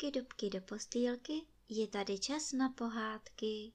dubky do postýlky, je tady čas na pohádky.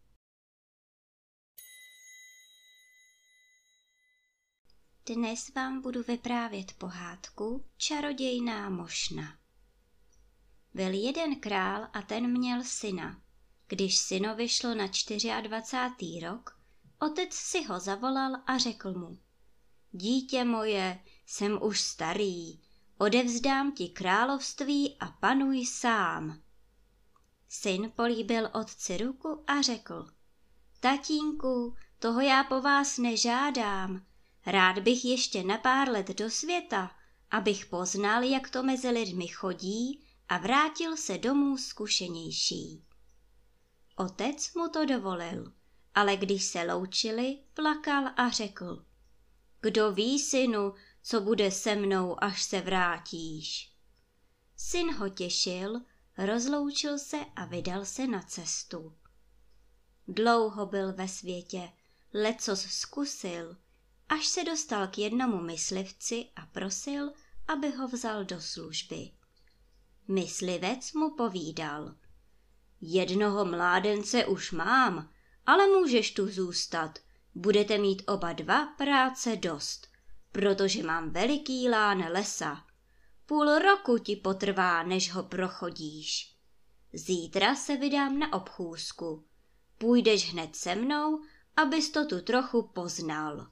Dnes vám budu vyprávět pohádku Čarodějná mošna. Byl jeden král a ten měl syna. Když synovi šlo na 24. rok, otec si ho zavolal a řekl mu: Dítě moje, jsem už starý, odevzdám ti království a panuj sám. Syn políbil otci ruku a řekl: Tatínku, toho já po vás nežádám, rád bych ještě na pár let do světa, abych poznal, jak to mezi lidmi chodí a vrátil se domů zkušenější. Otec mu to dovolil, ale když se loučili, plakal a řekl: Kdo ví, synu, co bude se mnou, až se vrátíš? Syn ho těšil, rozloučil se a vydal se na cestu. Dlouho byl ve světě, lecos zkusil, až se dostal k jednomu myslivci a prosil, aby ho vzal do služby. Myslivec mu povídal: Jednoho mládence už mám, ale můžeš tu zůstat, budete mít oba dva práce dost, protože mám veliký lán lesa. Půl roku ti potrvá, než ho prochodíš. Zítra se vydám na obchůzku. Půjdeš hned se mnou, abys to tu trochu poznal.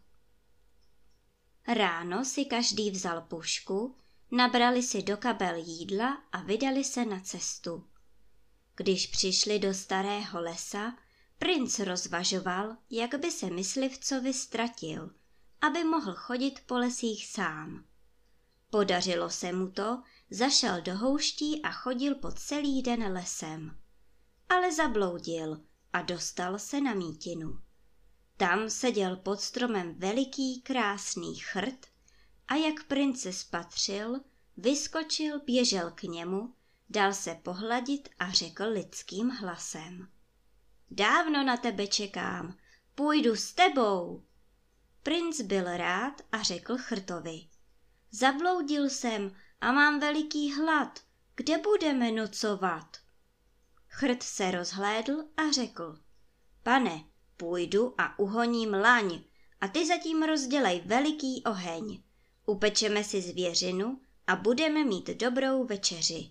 Ráno si každý vzal pušku, nabrali si do kabel jídla a vydali se na cestu. Když přišli do starého lesa, princ rozvažoval, jak by se myslivcovi ztratil, aby mohl chodit po lesích sám. Podařilo se mu to, zašel do houští a chodil po celý den lesem. Ale zabloudil a dostal se na mítinu. Tam seděl pod stromem veliký krásný chrt a jak prince spatřil, vyskočil, běžel k němu, dal se pohladit a řekl lidským hlasem: Dávno na tebe čekám, půjdu s tebou. Princ byl rád a řekl chrtovi: Zabloudil jsem a mám veliký hlad, kde budeme nocovat? Chrt se rozhlédl a řekl: Pane, půjdu a uhoním laň a ty zatím rozdělej veliký oheň. Upečeme si zvěřinu a budeme mít dobrou večeři.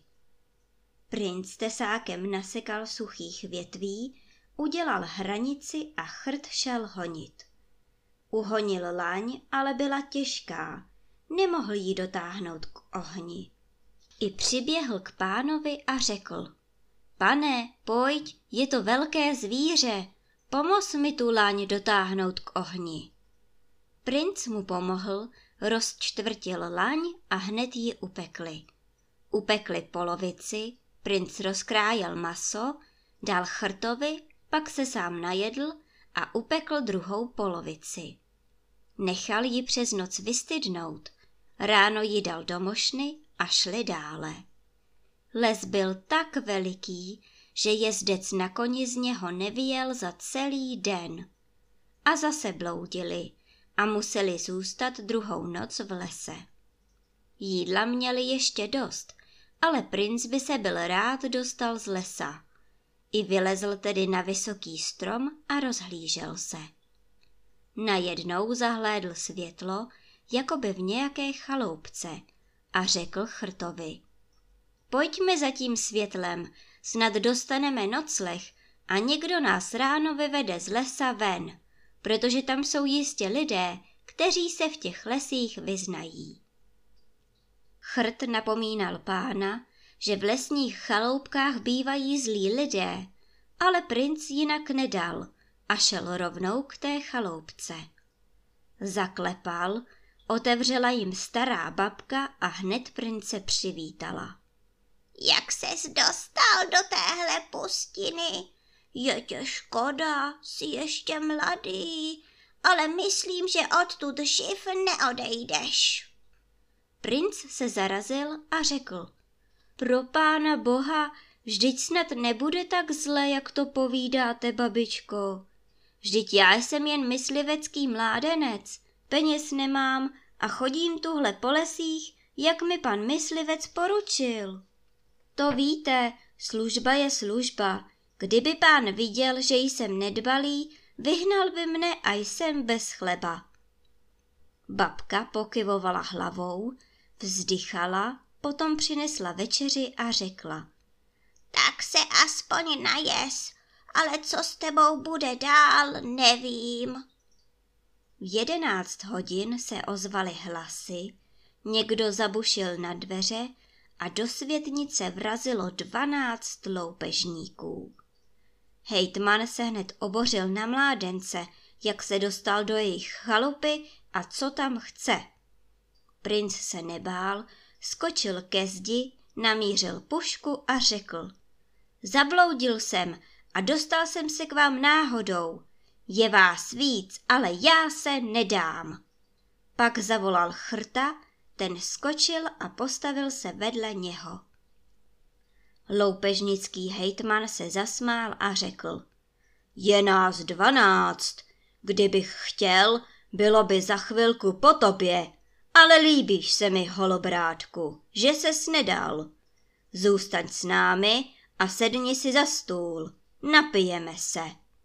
Princ tesákem nasekal suchých větví, udělal hranici a chrt šel honit. Uhonil laň, ale byla těžká, nemohl ji dotáhnout k ohni. I přiběhl k pánovi a řekl: Pane, pojď, je to velké zvíře, pomoz mi tu laň dotáhnout k ohni. Princ mu pomohl, rozčtvrtil laň a hned ji upekli. Upekli polovici, princ rozkrájel maso, dal chrtovi, pak se sám najedl a upekl druhou polovici. Nechal ji přes noc vystydnout, ráno ji dal do mošny a šli dále. Les byl tak veliký, že jezdec na koni z něho nevyjel za celý den. A zase bloudili a museli zůstat druhou noc v lese. Jídla měli ještě dost, ale princ by se byl rád dostal z lesa. I vylezl tedy na vysoký strom a rozhlížel se. Najednou zahlédl světlo, jako by v nějaké chaloupce, a řekl chrtovi: Pojďme za tím světlem, snad dostaneme nocleh a někdo nás ráno vyvede z lesa ven, protože tam jsou jistě lidé, kteří se v těch lesích vyznají. Chrt napomínal pána, že v lesních chaloupkách bývají zlí lidé, ale princ jinak nedal a šel rovnou k té chaloupce. Zaklepal, otevřela jim stará babka a hned prince přivítala. Jak ses dostal do téhle pustiny? Je tě škoda, jsi ještě mladý, ale myslím, že odtud živ neodejdeš. Princ se zarazil a řekl: Pro pána boha, vždyť snad nebude tak zle, jak to povídáte, babičko. Vždyť já jsem jen myslivecký mládenec, peněz nemám a chodím tuhle po lesích, jak mi pan myslivec poručil. To víte, služba je služba. Kdyby pán viděl, že jsem nedbalý, vyhnal by mne a jsem bez chleba. Babka pokyvovala hlavou, vzdychala, potom přinesla večeři a řekla: Tak se aspoň najes, ale co s tebou bude dál, nevím. V 11 hodin se ozvaly hlasy, někdo zabušil na dveře a do světnice vrazilo 12 loupežníků. Hejtman se hned obořil na mládence, jak se dostal do jejich chalupy a co tam chce. Princ se nebál, skočil ke zdi, namířil pušku a řekl: Zabloudil jsem a dostal jsem se k vám náhodou. Je vás víc, ale já se nedám. Pak zavolal Chrta, ten skočil a postavil se vedle něho. Loupežnický hejtman se zasmál a řekl: Je nás 12, kdybych chtěl, bylo by za chvilku po tobě, ale líbíš se mi, holobrátku, že ses nedal. Zůstaň s námi a sedni si za stůl, napijeme se.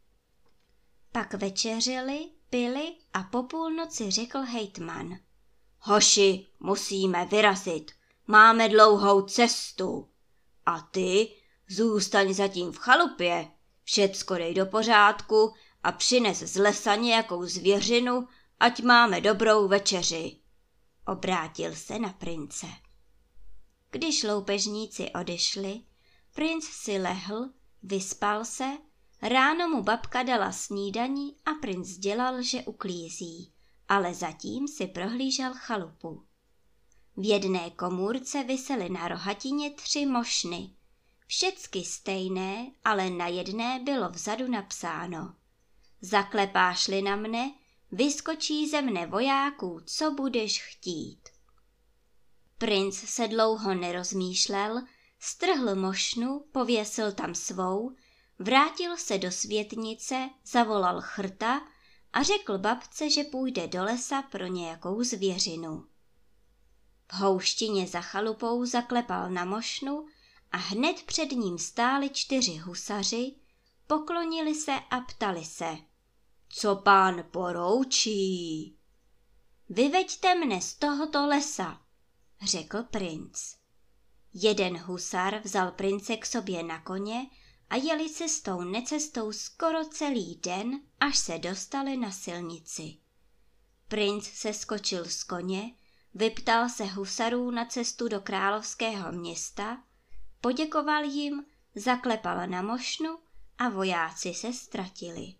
Pak večeřili, pili a po půlnoci řekl hejtman: Hoši, musíme vyrazit, máme dlouhou cestu. A ty zůstaň zatím v chalupě, všecko dej do pořádku a přines z lesa nějakou zvěřinu, ať máme dobrou večeři. Obrátil se na prince. Když loupežníci odešli, princ si lehl, vyspal se, ráno mu babka dala snídani a princ dělal, že uklízí, ale zatím si prohlížel chalupu. V jedné komůrce visely na rohatině 3 mošny, všecky stejné, ale na jedné bylo vzadu napsáno: Zaklepáš-li na mne, vyskočí ze mne vojáků, co budeš chtít. Princ se dlouho nerozmýšlel, strhl mošnu, pověsil tam svou, vrátil se do světnice, zavolal Chrta a řekl babce, že půjde do lesa pro nějakou zvěřinu. V houštině za chalupou zaklepal na mošnu a hned před ním stáli 4 husaři, poklonili se a ptali se: Co pán poroučí? Vyveďte mne z tohoto lesa, řekl princ. Jeden husar vzal prince k sobě na koně a jeli cestou necestou skoro celý den, až se dostali na silnici. Princ se skočil z koně, vyptal se husarů na cestu do královského města, poděkoval jim, zaklepal na mošnu a vojáci se ztratili.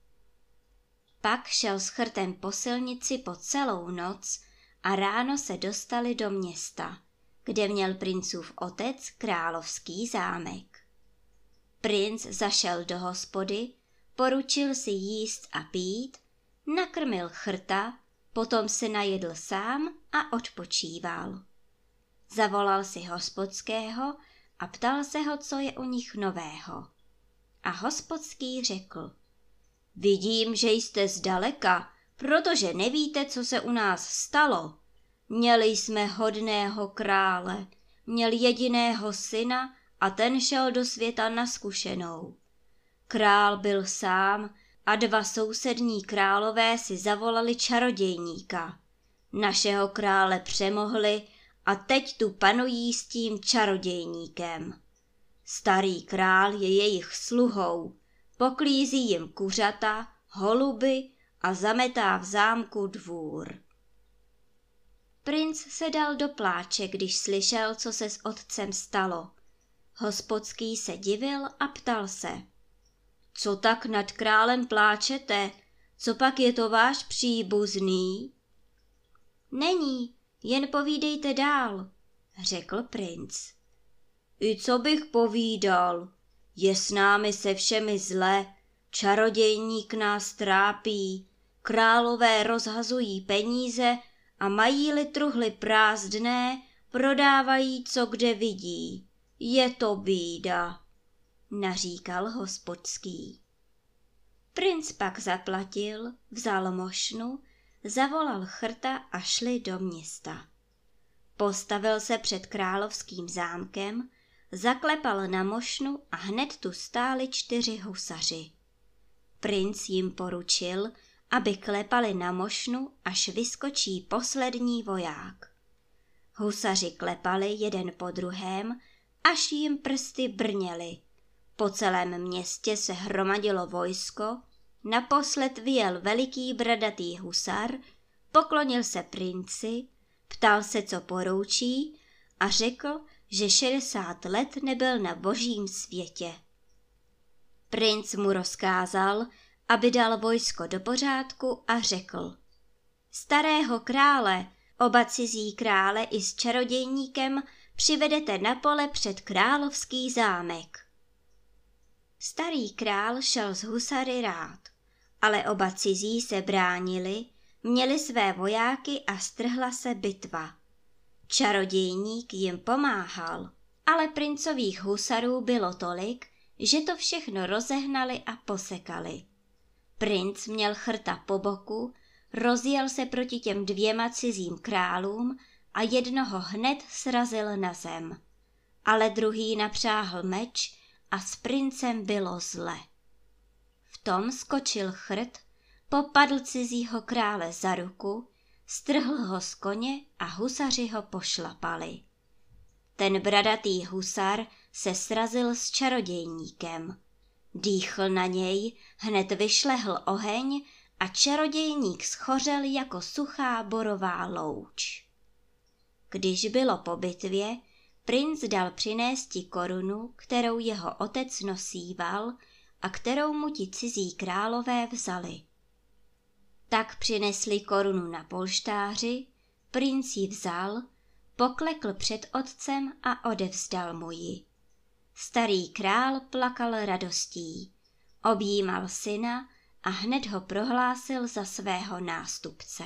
Pak šel s Chrtem po silnici po celou noc a ráno se dostali do města, kde měl princův otec královský zámek. Princ zašel do hospody, poručil si jíst a pít, nakrmil Chrta, potom se najedl sám a odpočíval. Zavolal si hospodského a ptal se ho, co je u nich nového. A hospodský řekl: Vidím, že jste zdaleka, protože nevíte, co se u nás stalo. Měli jsme hodného krále, měl jediného syna a ten šel do světa na zkušenou. Král byl sám a 2 sousední králové si zavolali čarodějníka. Našeho krále přemohli a teď tu panují s tím čarodějníkem. Starý král je jejich sluhou, poklízí jim kuřata, holuby a zametá v zámku dvůr. Princ se dal do pláče, když slyšel, co se s otcem stalo. Hospodský se divil a ptal se: Co tak nad králem pláčete? Co pak je to váš příbuzný? Není, jen povídejte dál, řekl princ. I co bych povídal? Je s námi se všemi zle, čarodějník nás trápí, králové rozhazují peníze a mají-li truhly prázdné, prodávají, co kde vidí. Je to bída, naříkal hospodský. Princ pak zaplatil, vzal mošnu, zavolal Chrta a šli do města. Postavil se před královským zámkem, zaklepal na mošnu a hned tu stáli 4 husaři. Princ jim poručil, aby klepali na mošnu, až vyskočí poslední voják. Husaři klepali jeden po druhém, až jim prsty brněly. Po celém městě se hromadilo vojsko, naposled vyjel veliký bradatý husar, poklonil se princi, ptal se, co poroučí, a řekl, že 60 let nebyl na božím světě. Princ mu rozkázal, aby dal vojsko do pořádku a řekl: Starého krále, oba cizí krále i s čarodějníkem přivedete na pole před královský zámek. Starý král šel z husary rád, ale oba cizí se bránili, měli své vojáky a strhla se bitva. Čarodějník jim pomáhal, ale princových husarů bylo tolik, že to všechno rozehnali a posekali. Princ měl chrta po boku, rozjel se proti těm 2 cizím králům a jednoho hned srazil na zem. Ale druhý napřáhl meč a s princem bylo zle. V tom skočil chrt, popadl cizího krále za ruku, strhl ho z koně a husaři ho pošlapali. Ten bradatý husar se srazil s čarodějníkem. Dýchl na něj, hned vyšlehl oheň a čarodějník schořel jako suchá borová louč. Když bylo po bitvě, princ dal přinésti korunu, kterou jeho otec nosíval a kterou mu ti cizí králové vzali. Tak přinesli korunu na polštáři, princ ji vzal, poklekl před otcem a odevzdal mu ji. Starý král plakal radostí, objímal syna a hned ho prohlásil za svého nástupce.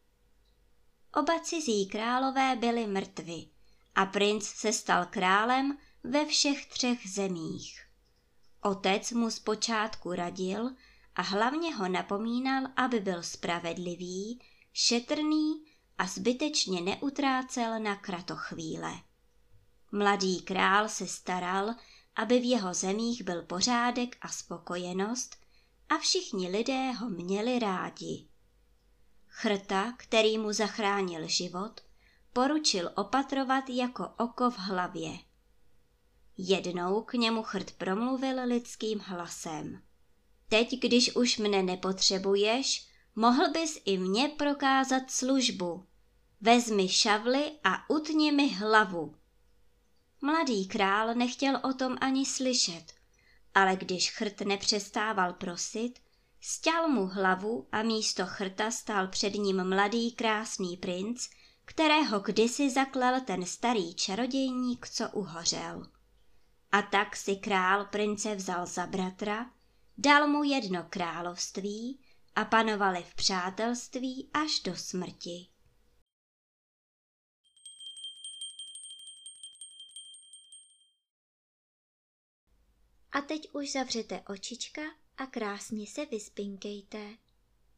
Oba cizí králové byli mrtvi a princ se stal králem ve všech 3 zemích. Otec mu zpočátku radil a hlavně ho napomínal, aby byl spravedlivý, šetrný a zbytečně neutrácel na kratochvíle. Mladý král se staral, aby v jeho zemích byl pořádek a spokojenost a všichni lidé ho měli rádi. Chrta, který mu zachránil život, poručil opatrovat jako oko v hlavě. Jednou k němu chrt promluvil lidským hlasem. Teď, když už mne nepotřebuješ, mohl bys i mně prokázat službu. Vezmi šavli a utni mi hlavu. Mladý král nechtěl o tom ani slyšet, ale když chrt nepřestával prosit, sťal mu hlavu a místo chrta stál před ním mladý krásný princ, kterého kdysi zaklel ten starý čarodějník, co uhořel. A tak si král prince vzal za bratra, dal mu 1 království a panovali v přátelství až do smrti. A teď už zavřete očička a krásně se vyspinkejte.